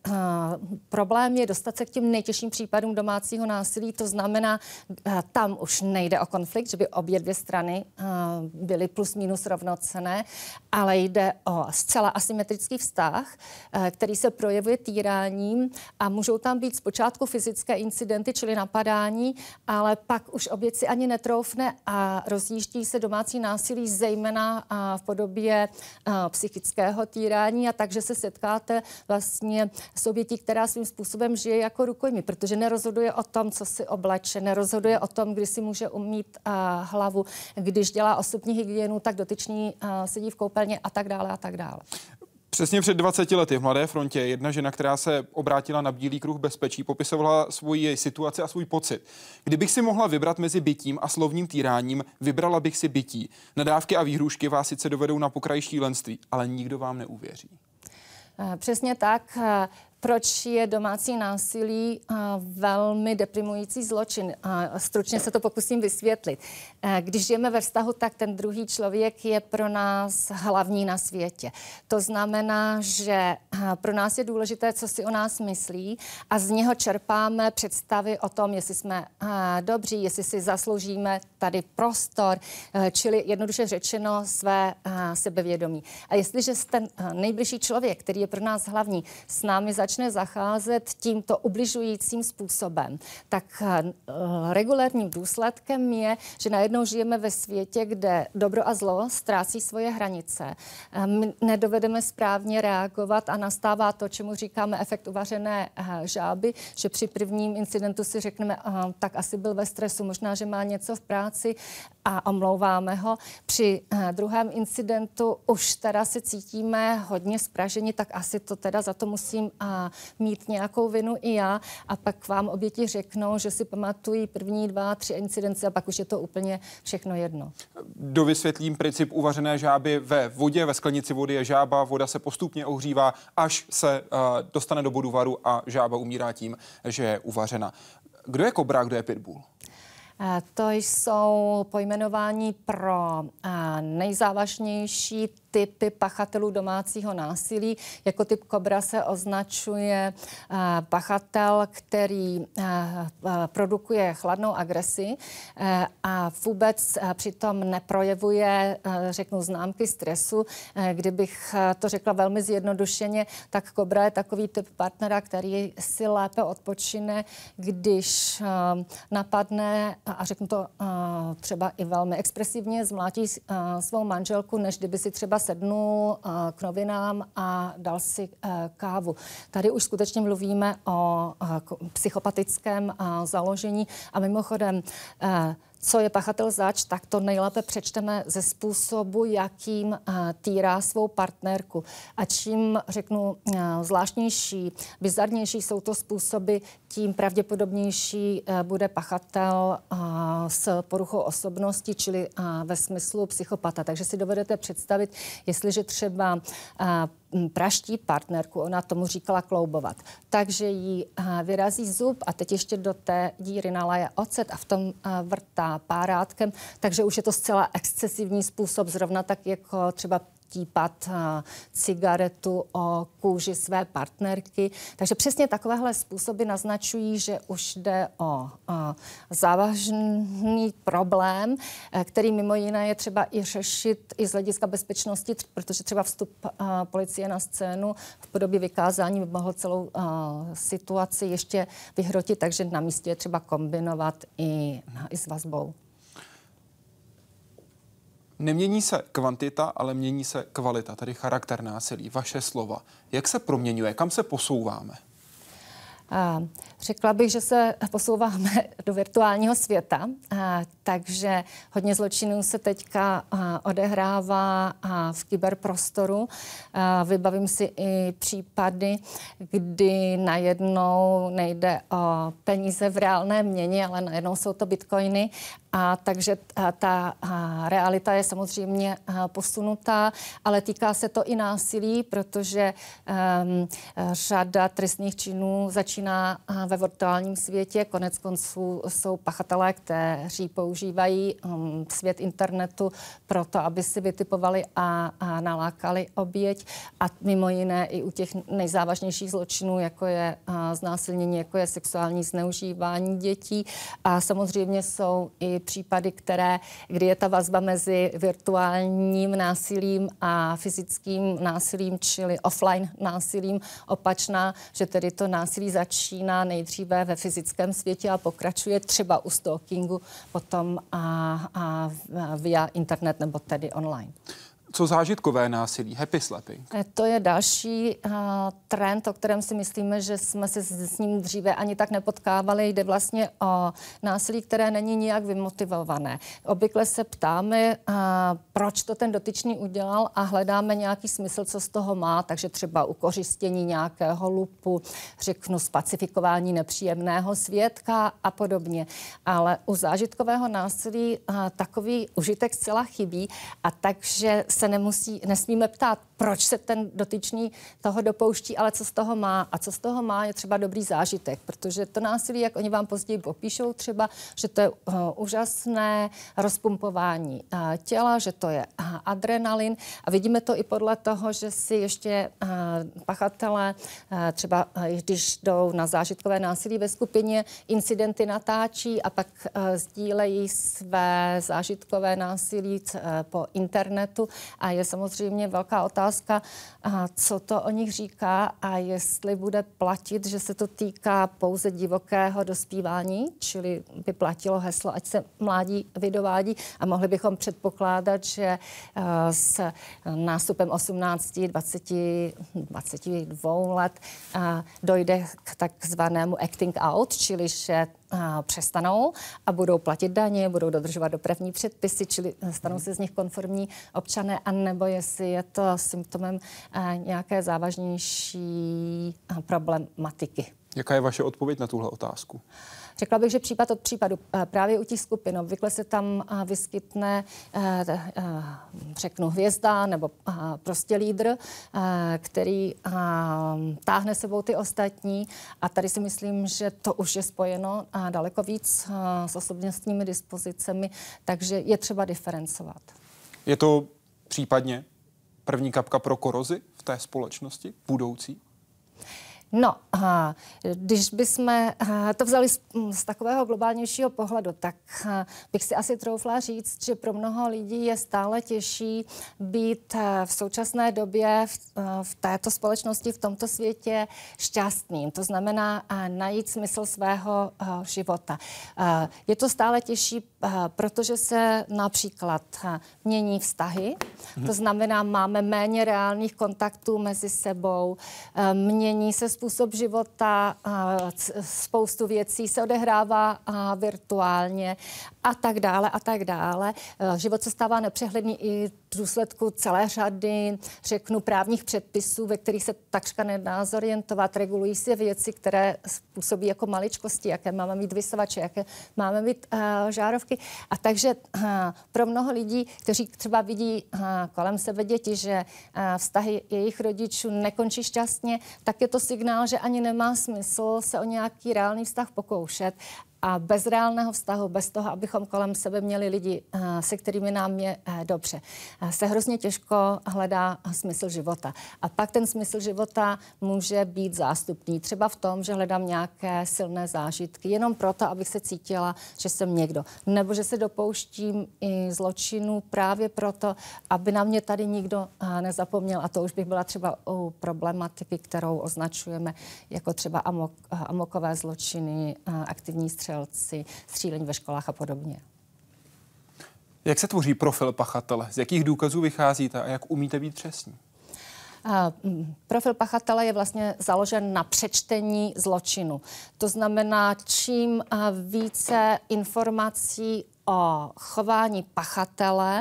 problém je dostat se k těm nejtěžším případům domácího násilí, to znamená, tam už nejde o konflikt, že by obě dvě strany byly plus minus rovnocenné, ale jde o zcela asymetrický vztah, který se projevuje týráním a můžou tam být zpočátku fyzické incidenty, čili napadání, ale pak už oběť si ani netroufne a rozjíždí se domácí násilí zejména v podobě psychického týrání a takže se setkáte vlastně s obětí, která svým způsobem žije jako rukojmí, protože nerozhoduje o tom, co si obleče, nerozhoduje o tom, kdy si může umýt hlavu, když dělá osobní hygienu, tak dotyčný sedí v koupelně a tak dále a tak dále. Přesně před 20 lety v Mladé frontě jedna žena, která se obrátila na Bílý kruh bezpečí, popisovala svoji situaci a svůj pocit. Kdybych si mohla vybrat mezi bitím a slovním týráním, vybrala bych si bití. Nadávky a výhrůžky vás sice dovedou na pokraj šílenství, ale nikdo vám neuvěří. Přesně tak. Proč je domácí násilí velmi deprimující zločin? Stručně se to pokusím vysvětlit. Když žijeme ve vztahu, tak ten druhý člověk je pro nás hlavní na světě. To znamená, že pro nás je důležité, co si o nás myslí a z něho čerpáme představy o tom, jestli jsme dobří, jestli si zasloužíme tady prostor, čili jednoduše řečeno své sebevědomí. A jestliže ten nejbližší člověk, který je pro nás hlavní, s námi začne zacházet tímto ubližujícím způsobem, tak regulérním důsledkem je, že najednou žijeme ve světě, kde dobro a zlo ztrácí svoje hranice. My nedovedeme správně reagovat a nastává to, čemu říkáme efekt uvařené žáby, že při prvním incidentu si řekneme, tak asi byl ve stresu, možná, že má něco v práci a omlouváme ho. Při druhém incidentu už teda se cítíme hodně zpraženi, tak asi to teda za to musím mít nějakou vinu i já a pak vám oběti řeknou, že si pamatují první 2, 3 incidence a pak už je to úplně všechno jedno. Dovysvětlím princip uvařené žáby ve vodě. Ve sklenici vody je žába, voda se postupně ohřívá, až se dostane do bodu varu a žába umírá tím, že je uvařena. Kdo je kobra, kdo je pitbull? To jsou pojmenování pro nejzávažnější typy pachatelů domácího násilí. Jako typ kobra se označuje pachatel, který produkuje chladnou agresi a vůbec přitom neprojevuje, řeknu, známky stresu. Kdybych to řekla velmi zjednodušeně, tak kobra je takový typ partnera, který si lépe odpočine, když napadne, a řeknu to třeba i velmi expresivně, zmlátí svou manželku, než kdyby si třeba sednul k novinám a dal si kávu. Tady už skutečně mluvíme o psychopatickém založení a mimochodem co je pachatel zač, tak to nejlépe přečteme ze způsobu, jakým týrá svou partnerku. A čím, řeknu, zvláštnější, bizarnější jsou to způsoby, tím pravděpodobnější bude pachatel s poruchou osobnosti, čili ve smyslu psychopata. Takže si dovedete představit, jestliže třeba praští partnerku, ona tomu říkala kloubovat, takže jí vyrazí zub a teď ještě do té díry nalaje ocet a v tom vrtá párátkem, takže už je to zcela excesivní způsob, zrovna tak jako třeba štípat cigaretu o kůži své partnerky. Takže přesně takovéhle způsoby naznačují, že už jde o závažný problém, který mimo jiné je třeba i řešit i z hlediska bezpečnosti, protože třeba vstup policie na scénu v podobě vykázání by mohl celou situaci ještě vyhrotit, takže na místě je třeba kombinovat i s vazbou. Nemění se kvantita, ale mění se kvalita, tedy charakter násilí. Vaše slova. Jak se proměňuje? Kam se posouváme? Řekla bych, že se posouváme do virtuálního světa, takže hodně zločinů se teďka odehrává v kyberprostoru. Vybavím si i případy, kdy najednou nejde o peníze v reálné měně, ale najednou jsou to bitcoiny. Takže ta realita je samozřejmě posunutá, ale týká se to i násilí, protože řada trestných činů začíná ve virtuálním světě. Konec konců jsou pachatelé, kteří používají svět internetu proto, aby si vytipovali a nalákali oběť. A mimo jiné i u těch nejzávažnějších zločinů, jako je znásilnění, jako je sexuální zneužívání dětí. A samozřejmě jsou i případy, kdy je ta vazba mezi virtuálním násilím a fyzickým násilím, čili offline násilím opačná, že tedy to násilí začíná nejdříve ve fyzickém světě a pokračuje třeba u stalkingu, potom via internet nebo tedy online. Co zážitkové násilí, happy slapping? To je další trend, o kterém si myslíme, že jsme se s ním dříve ani tak nepotkávali. Jde vlastně o násilí, které není nijak vymotivované. Obvykle se ptáme, proč to ten dotyčný udělal a hledáme nějaký smysl, co z toho má, takže třeba ukořistění nějakého lupu, řeknu spacifikování nepříjemného svědka a podobně. Ale u zážitkového násilí takový užitek zcela chybí a takže se nesmíme ptát, proč se ten dotyčný toho dopouští, ale co z toho má. A co z toho má je třeba dobrý zážitek, protože to násilí, jak oni vám později popíšou třeba, že to je úžasné rozpumpování těla, že to je adrenalin a vidíme to i podle toho, že si ještě pachatelé třeba, když jdou na zážitkové násilí ve skupině, incidenty natáčí a pak sdílejí své zážitkové násilí po internetu a je samozřejmě velká otázka, co to o nich říká a jestli bude platit, že se to týká pouze divokého dospívání, čili by platilo heslo, ať se mládí vydovádí a mohli bychom předpokládat, že s nástupem 18, 20, 22 let dojde k takzvanému acting out, čili že přestanou a budou platit daně, budou dodržovat dopravní předpisy, čili stanou se z nich konformní občané, anebo jestli je to symptomem nějaké závažnější problematiky. Jaká je vaše odpověď na tuhle otázku? Řekla bych, že případ od případu. Právě u těch skupin obvykle se tam vyskytne, řeknu, hvězda nebo prostě lídr, který táhne sebou ty ostatní. A tady si myslím, že to už je spojeno daleko víc s osobnostními dispozicemi, takže je třeba diferencovat. Je to případně první kapka pro korozi v té společnosti budoucí? No, když bychom to vzali z takového globálnějšího pohledu, tak bych si asi troufla říct, že pro mnoho lidí je stále těžší být v současné době v této společnosti, v tomto světě šťastným. To znamená najít smysl svého života. Je to stále těžší, protože se například mění vztahy, to znamená, máme méně reálných kontaktů mezi sebou, mění se způsob života, spoustu věcí se odehrává virtuálně a tak dále a tak dále. Život se stává nepřehledný i v důsledku celé řady, řeknu, právních předpisů, ve kterých se takřka nedá zorientovat. Regulují se věci, které způsobí jako maličkosti, jaké máme mít vysavače, jaké máme mít žárovky. A takže pro mnoho lidí, kteří třeba vidí kolem sebe děti, že vztahy jejich rodičů nekončí šťastně, tak je to signál, že ani nemá smysl se o nějaký reálný vztah pokoušet. a bez reálného vztahu, bez toho, abychom kolem sebe měli lidi, se kterými nám je dobře, se hrozně těžko hledá smysl života. A pak ten smysl života může být zástupný. Třeba v tom, že hledám nějaké silné zážitky, jenom proto, abych se cítila, že jsem někdo. Nebo že se dopouštím i zločinu právě proto, aby na mě tady nikdo nezapomněl. A to už bych byla třeba u problematiky, kterou označujeme jako třeba amokové zločiny, aktivní střelci, střílení ve školách a podobně. Jak se tvoří profil pachatele? Z jakých důkazů vycházíte a jak umíte být přesní? Profil pachatele je vlastně založen na přečtení zločinu. To znamená, čím více informací o chování pachatele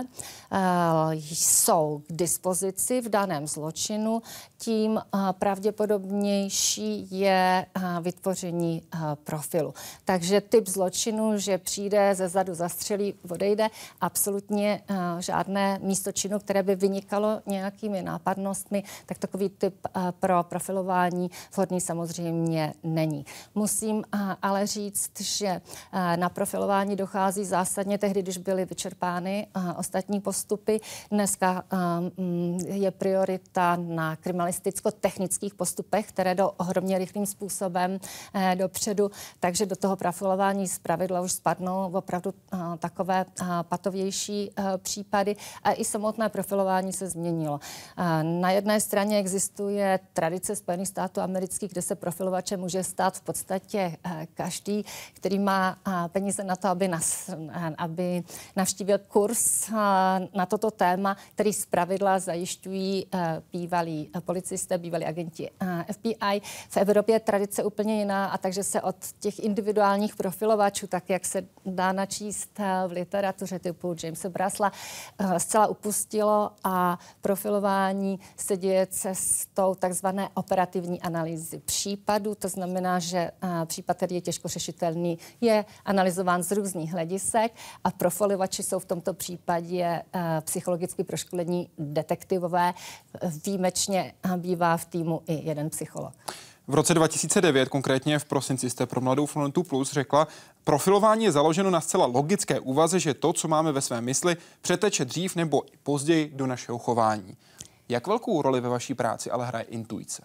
jsou k dispozici v daném zločinu, tím pravděpodobnější je vytvoření profilu. Takže typ zločinu, že přijde ze zadu, zastřelí, odejde, absolutně žádné místo činu, které by vynikalo nějakými nápadnostmi, tak takový typ pro profilování vhodný samozřejmě není. Musím ale říct, že na profilování dochází zásadně tehdy, když byly vyčerpány ostatní postupy. Dneska je priorita na kriminalisticko-technických postupech, které jdou ohromně rychlým způsobem dopředu, takže do toho profilování zpravidla už spadnou opravdu takové patovější případy a i samotné profilování se změnilo. Na jedné straně existuje tradice Spojených států amerických, kde se profilovačem může stát v podstatě každý, který má peníze na to, aby navštívil kurz na toto téma, který zpravidla zajišťují bývalí policisté, bývalí agenti FBI. V Evropě je tradice úplně jiná a takže se od těch individuálních profilovačů, tak jak se dá načíst v literatuře typu Jamese Brasla, zcela upustilo a profilování se děje cestou takzvané operativní analýzy případu. To znamená, že případ, který je těžko řešitelný, je analyzován z různých hledisek a profilovači jsou v tomto případě psychologicky proškolení detektivové. Výjimečně bývá v týmu i jeden psycholog. V roce 2009, konkrétně v prosinci, jste pro Mladou frontu Plus řekla, profilování je založeno na zcela logické úvaze, že to, co máme ve své mysli, přeteče dřív nebo i později do našeho chování. Jak velkou roli ve vaší práci ale hraje intuice?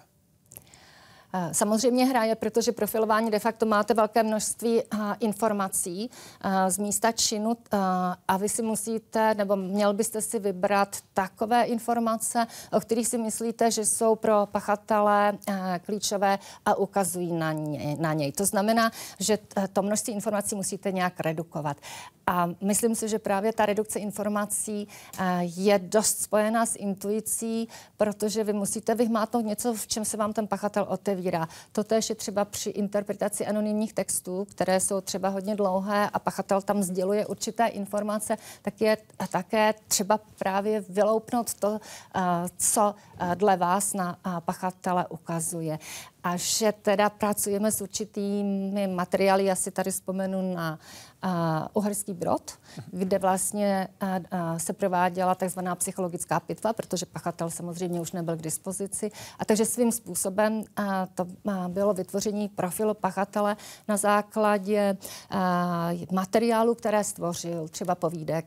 Samozřejmě hraje, protože profilování de facto máte velké množství informací z místa činu a vy si musíte, nebo měl byste si vybrat takové informace, o kterých si myslíte, že jsou pro pachatele klíčové a ukazují na něj. To znamená, že to množství informací musíte nějak redukovat. A myslím si, že právě ta redukce informací je dost spojená s intuicí, protože vy musíte vyhmátnout něco, v čem se vám ten pachatel otevírá. Totéž je třeba při interpretaci anonymních textů, které jsou třeba hodně dlouhé a pachatel tam sděluje určité informace, tak je také třeba právě vyloupnout to, co dle vás na pachatele ukazuje. A že teda pracujeme s určitými materiály, já si tady vzpomenu na Uherský Brod, kde vlastně se prováděla takzvaná psychologická pitva, protože pachatel samozřejmě už nebyl k dispozici. A takže svým způsobem to bylo vytvoření profilu pachatele na základě materiálu, které stvořil, třeba povídek,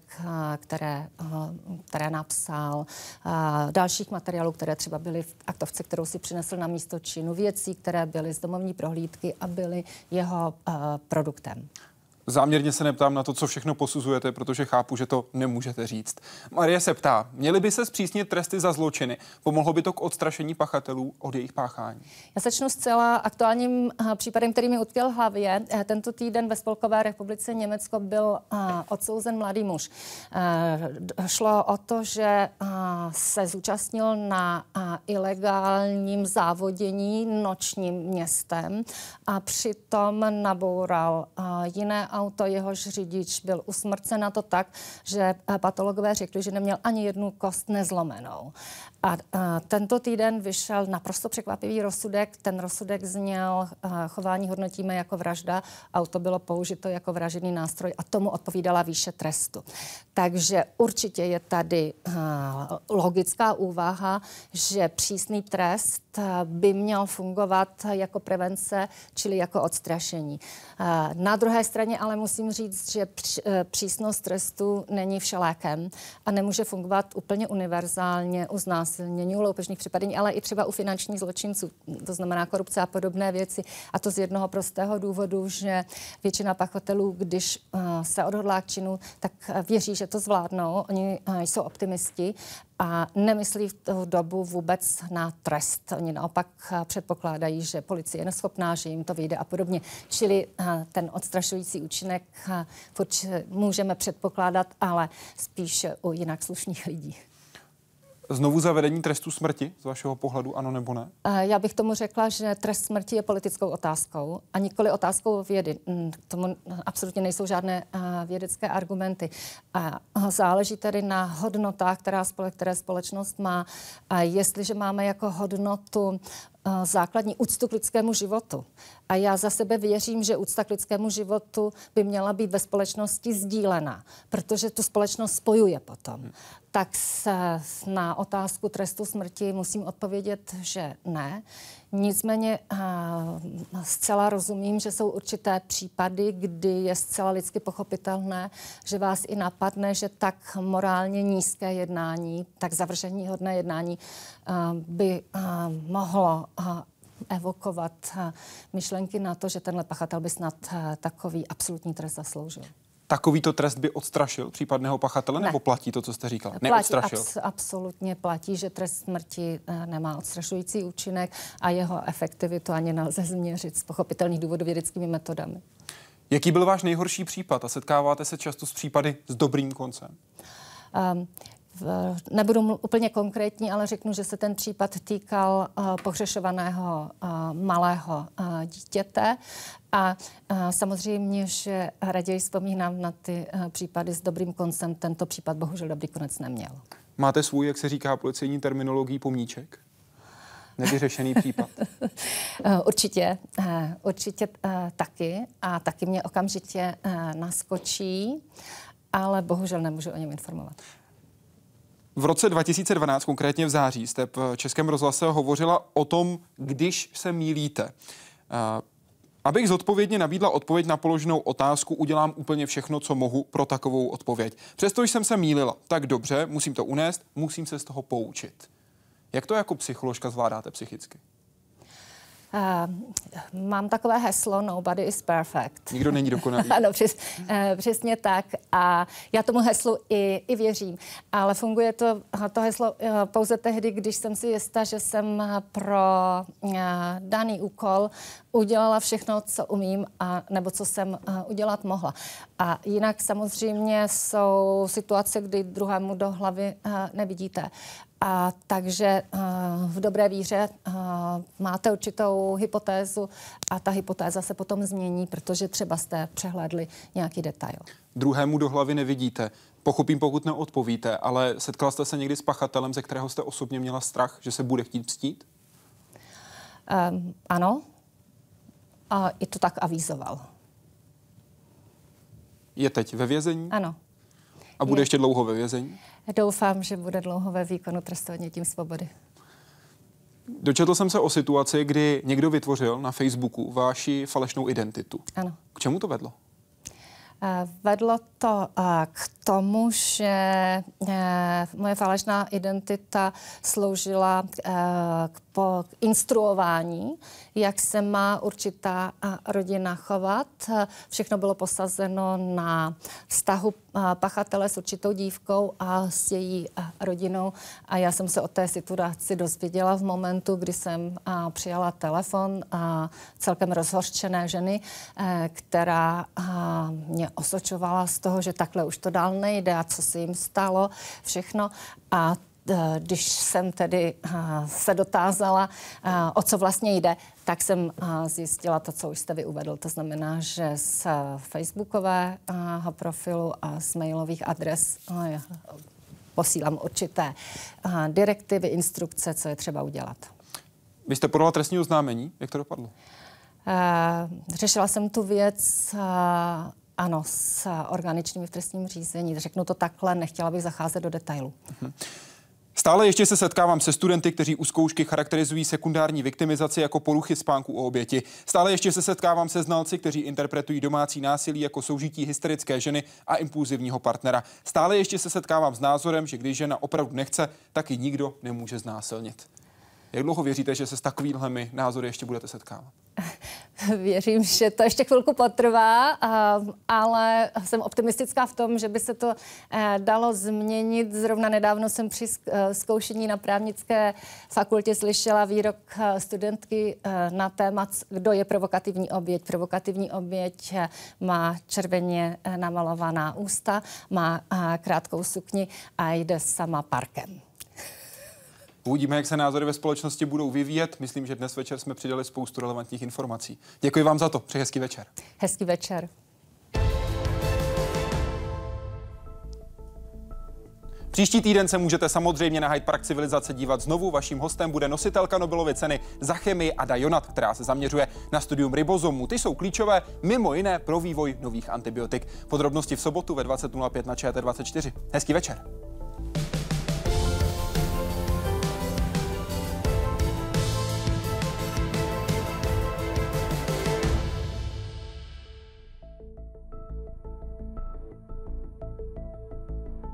které napsal, dalších materiálů, které třeba byly v aktovce, kterou si přinesl na místo činu, věcí, které byly z domovní prohlídky a byly jeho produktem. Záměrně se neptám na to, co všechno posuzujete, protože chápu, že to nemůžete říct. Marie se ptá, měly by se zpřísnit tresty za zločiny? Pomohlo by to k odstrašení pachatelů od jejich páchání? Já začnu zcela aktuálním případem, který mi utkvěl v hlavě. Tento týden ve Spolkové republice Německo byl odsouzen mladý muž. Šlo o to, že se zúčastnil na ilegálním závodění nočním městem a přitom naboural jiné auto, jehož řidič byl usmrcen, a to tak, že patologové řekli, že neměl ani jednu kost nezlomenou. A tento týden vyšel naprosto překvapivý rozsudek. Ten rozsudek zněl: chování hodnotíme jako vražda, auto bylo použito jako vražedný nástroj a tomu odpovídala výše trestu. Takže určitě je tady logická úvaha, že přísný trest by měl fungovat jako prevence, čili jako odstrašení. Na druhé straně ale musím říct, že přísnost trestu není všelékem a nemůže fungovat úplně univerzálně u znásilnění, u loupežných připadení, ale i třeba u finančních zločinců, to znamená korupce a podobné věci. A to z jednoho prostého důvodu, že většina pachatelů, když se odhodlá k činu, tak věří, že to zvládnou. Oni jsou optimisti a nemyslí v tu dobu vůbec na trest. Oni naopak předpokládají, že policie je neschopná, že jim to vyjde a podobně. Čili ten odstrašující účinek můžeme předpokládat, ale spíš u jinak slušných lidí. Znovu zavedení trestu smrti z vašeho pohledu, ano nebo ne? Já bych tomu řekla, že trest smrti je politickou otázkou a nikoli otázkou vědy. K tomu absolutně nejsou žádné vědecké argumenty. Záleží tedy na hodnotách, které společnost má. A jestliže máme jako hodnotu základní úctu k lidskému životu. A já za sebe věřím, že úcta k lidskému životu by měla být ve společnosti sdílená, protože tu společnost spojuje potom. Tak na otázku trestu smrti musím odpovědět, že ne. Nicméně zcela rozumím, že jsou určité případy, kdy je zcela lidsky pochopitelné, že vás i napadne, že tak morálně nízké jednání, tak zavrženíhodné jednání by mohlo evokovat myšlenky na to, že tenhle pachatel by snad takový absolutní trest zasloužil. Takovýto trest by odstrašil případného pachatele, nebo platí to, co jste říkala? Neodstrašil. Absolutně platí, že trest smrti nemá odstrašující účinek a jeho efektivitu ani nelze změřit z pochopitelných důvodů vědeckými metodami. Jaký byl váš nejhorší případ a setkáváte se často s případy s dobrým koncem? Nebudu úplně konkrétní, ale řeknu, že se ten případ týkal pohřešovaného malého dítěte a samozřejmě, že raději vzpomínám na ty případy s dobrým koncem. Tento případ bohužel dobrý konec neměl. Máte svůj, jak se říká policejní terminologií, pomníček? Nevyřešený případ? Určitě taky a taky mě okamžitě naskočí, ale bohužel nemůžu o něm informovat. V roce 2012, konkrétně v září, jste v Českém rozhlase hovořila o tom, když se mýlíte. Abych zodpovědně nabídla odpověď na položenou otázku, udělám úplně všechno, co mohu pro takovou odpověď. Přestože jsem se mýlila, tak dobře, musím to unést, musím se z toho poučit. Jak to jako psycholožka zvládáte psychicky? Mám takové heslo Nobody is perfect. Nikdo není dokonalý. Ano, přesně tak. A já tomu heslu i věřím. Ale funguje to heslo pouze tehdy, když jsem si jistá, že jsem pro daný úkol udělala všechno, co umím, nebo co jsem udělat mohla. A jinak samozřejmě jsou situace, kdy druhému do hlavy nevidíte. A takže v dobré víře máte určitou hypotézu a ta hypotéza se potom změní, protože třeba jste přehlédli nějaký detail. Druhému do hlavy nevidíte. Pochopím, pokud neodpovíte, ale setkala jste se někdy s pachatelem, ze kterého jste osobně měla strach, že se bude chtít mstít? Ano. A i to tak avízoval. Je teď ve vězení? Ano. A bude ještě dlouho ve vězení? Doufám, že bude dlouho ve výkonu trestu odnětím svobody. Dočetl jsem se o situaci, kdy někdo vytvořil na Facebooku vaši falešnou identitu. Ano. K čemu to vedlo? Vedlo to k tomu, že moje falešná identita sloužila k instruování, jak se má určitá rodina chovat. Všechno bylo posazeno na vztahu pachatele s určitou dívkou a s její rodinou. A já jsem se o té situaci dozvěděla v momentu, kdy jsem přijala telefon celkem rozhořčené ženy, která mě osočovala z toho, že takhle už to dál nejde a co se jim stalo, všechno. A když jsem tedy se dotázala, o co vlastně jde, tak jsem zjistila to, co už jste vy uvedl. To znamená, že z facebookového profilu a z mailových adres posílám určité direktivy, instrukce, co je třeba udělat. Vy jste podala trestní oznámení? Jak to dopadlo? Řešila jsem tu věc, ano, s orgány v trestním řízení. Řeknu to takhle, nechtěla bych zacházet do detailu. Stále ještě se setkávám se studenty, kteří u zkoušky charakterizují sekundární viktimizaci jako poruchy spánku u oběti. Stále ještě se setkávám se znalci, kteří interpretují domácí násilí jako soužití hysterické ženy a impulzivního partnera. Stále ještě se setkávám s názorem, že když žena opravdu nechce, tak ji nikdo nemůže znásilnit. Jak dlouho věříte, že se s takovými názory ještě budete setkávat? Věřím, že to ještě chvilku potrvá, ale jsem optimistická v tom, že by se to dalo změnit. Zrovna nedávno jsem při zkoušení na právnické fakultě slyšela výrok studentky na téma, kdo je provokativní oběť. Provokativní oběť má červeně namalovaná ústa, má krátkou sukni a jde sama parkem. Uvidíme, jak se názory ve společnosti budou vyvíjet. Myslím, že dnes večer jsme přidali spoustu relevantních informací. Děkuji vám za to. Přeji hezký večer. Hezký večer. Příští týden se můžete samozřejmě na Hyde Park civilizace dívat znovu. Vaším hostem bude nositelka Nobelovy ceny za chemii Ada Jonat, která se zaměřuje na studium ribozomů. Ty jsou klíčové mimo jiné pro vývoj nových antibiotik. Podrobnosti v sobotu ve 20:05 na ČT24. Hezký večer.